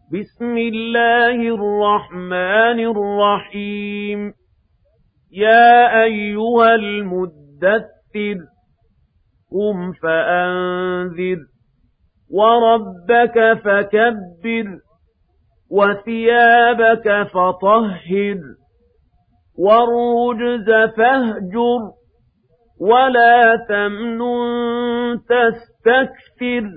بسم الله الرحمن الرحيم يا أيها المدثر قم فأنذر وربك فكبر وثيابك فطهر والرجز فاهجر ولا تمنن تستكثر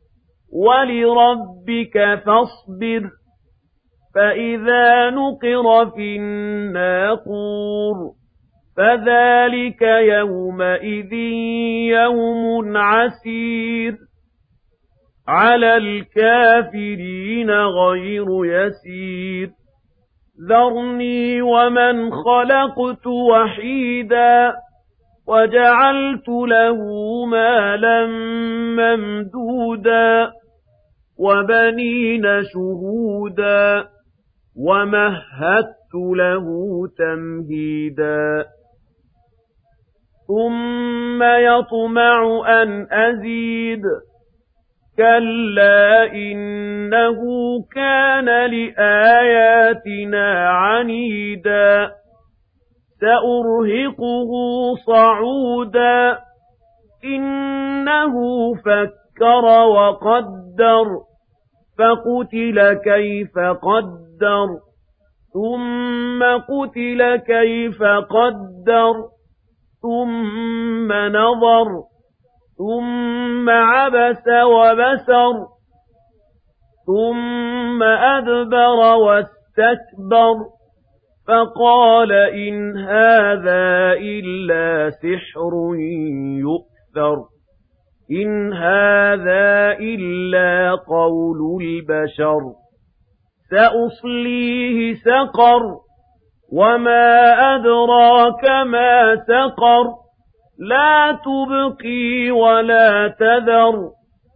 ولربك فاصبر فإذا نقر في الناقور فذلك يومئذ يوم عسير على الكافرين غير يسير ذرني ومن خلقت وحيدا وجعلت له مالا ممدودا وبنين شهودا ومهدت له تمهيدا ثم يطمع أن أزيد كلا إنه كان لآياتنا عنيدا سأرهقه صعودا إنه فكر وقدر فقتل كيف قدر ثم قتل كيف قدر ثم نظر ثم عبس وبسر ثم أدبر واستكبر فقال إن هذا إلا سحر يؤثر إن هذا إلا قول البشر سأصليه سقر وما أدراك ما سقر لا تبقي ولا تذر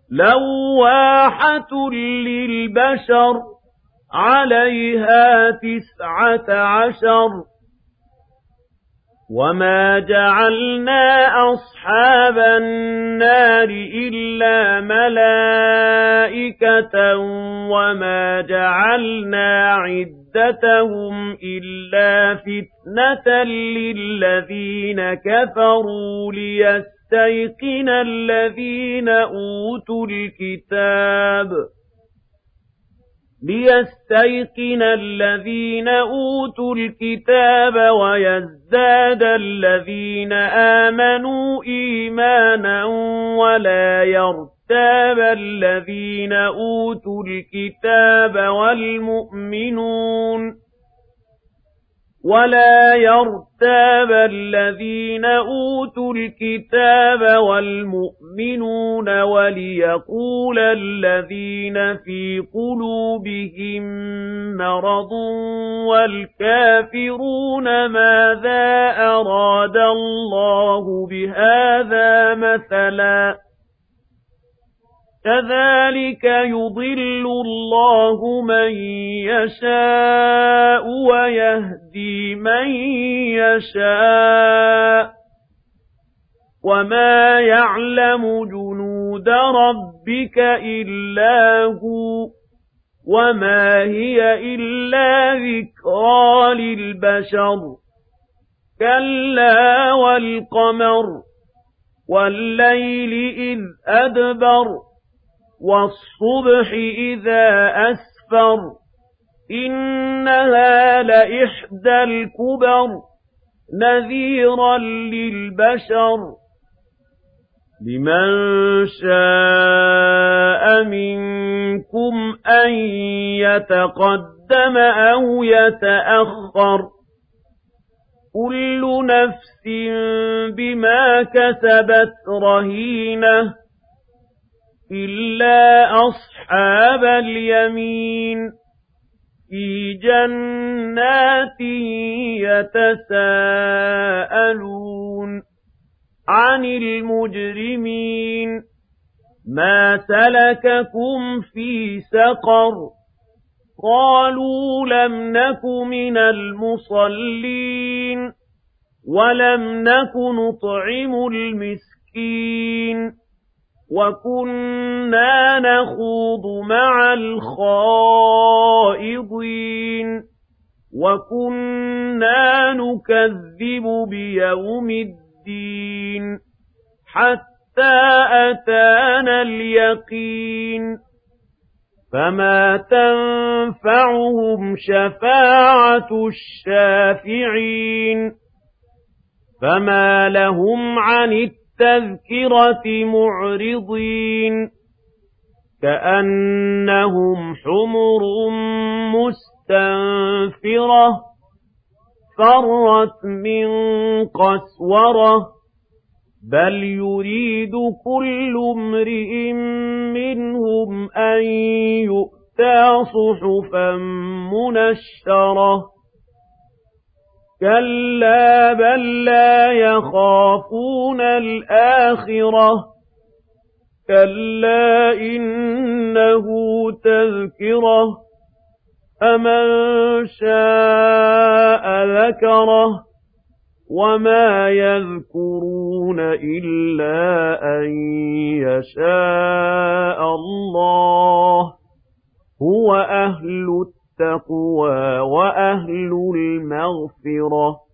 لواحة للبشر عليها 19 وما جعلنا أصحاب النار إلا ملائكة وما جعلنا عدتهم إلا فتنة للذين كفروا ليستيقن الذين أوتوا الكتاب ويزداد الذين آمنوا إيمانا ولا يرتاب الذين أوتوا الكتاب والمؤمنون وليقول الذين في قلوبهم مرض والكافرون ماذا أراد الله بهذا مثلا كذلك يضل الله من يشاء ويهدي من يشاء وما يعلم جنود ربك إلا هو وما هي إلا ذكرى للبشر كلا والقمر والليل إذ أدبر والصبح إذا أسفر إنها لإحدى الكبر نذيرا للبشر لمن شاء منكم أن يتقدم أو يتأخر كل نفس بما كسبت رهينة إلا أصحاب اليمين في جنات يتساءلون عن المجرمين ما سلككم في سقر قالوا لم نك من المصلين ولم نك نطعم المسكين وَكُنَّا نَخُوضُ مَعَ الْخَائِضِينَ وَكُنَّا نُكَذِّبُ بِيَوْمِ الدِّينِ حَتَّى أَتَانَا الْيَقِينُ فَمَا تَنفَعُهُمْ شَفَاعَةُ الشَّافِعِينَ فَمَا لَهُمْ عَنِ التَّذْكِرَةِ مُعْرِضِينَ كَأَنَّهُمْ حُمُرٌ مُّسْتَنفِرَةٌ فَرَّتْ مِن قَسْوَرَةٍ بَلْ يُرِيدُ كُلُّ امْرِئٍ مِّنْهُمْ أَن يُؤْتَىٰ صُحُفًا مُّنَشَّرَةً كَلَّا بَل لَّا يَخَافُونَ الْآخِرَةَ كَلَّا إِنَّهُ تَذْكِرَةٌ فَمَن شَاءَ ذَكَرَهُ وَمَا يَذْكُرُونَ إِلَّا أَن يَشَاءَ اللَّهُ هُوَ أَهْلُ التَّقْوَىٰ وَأَهْلُ الْمَغْفِرَةِ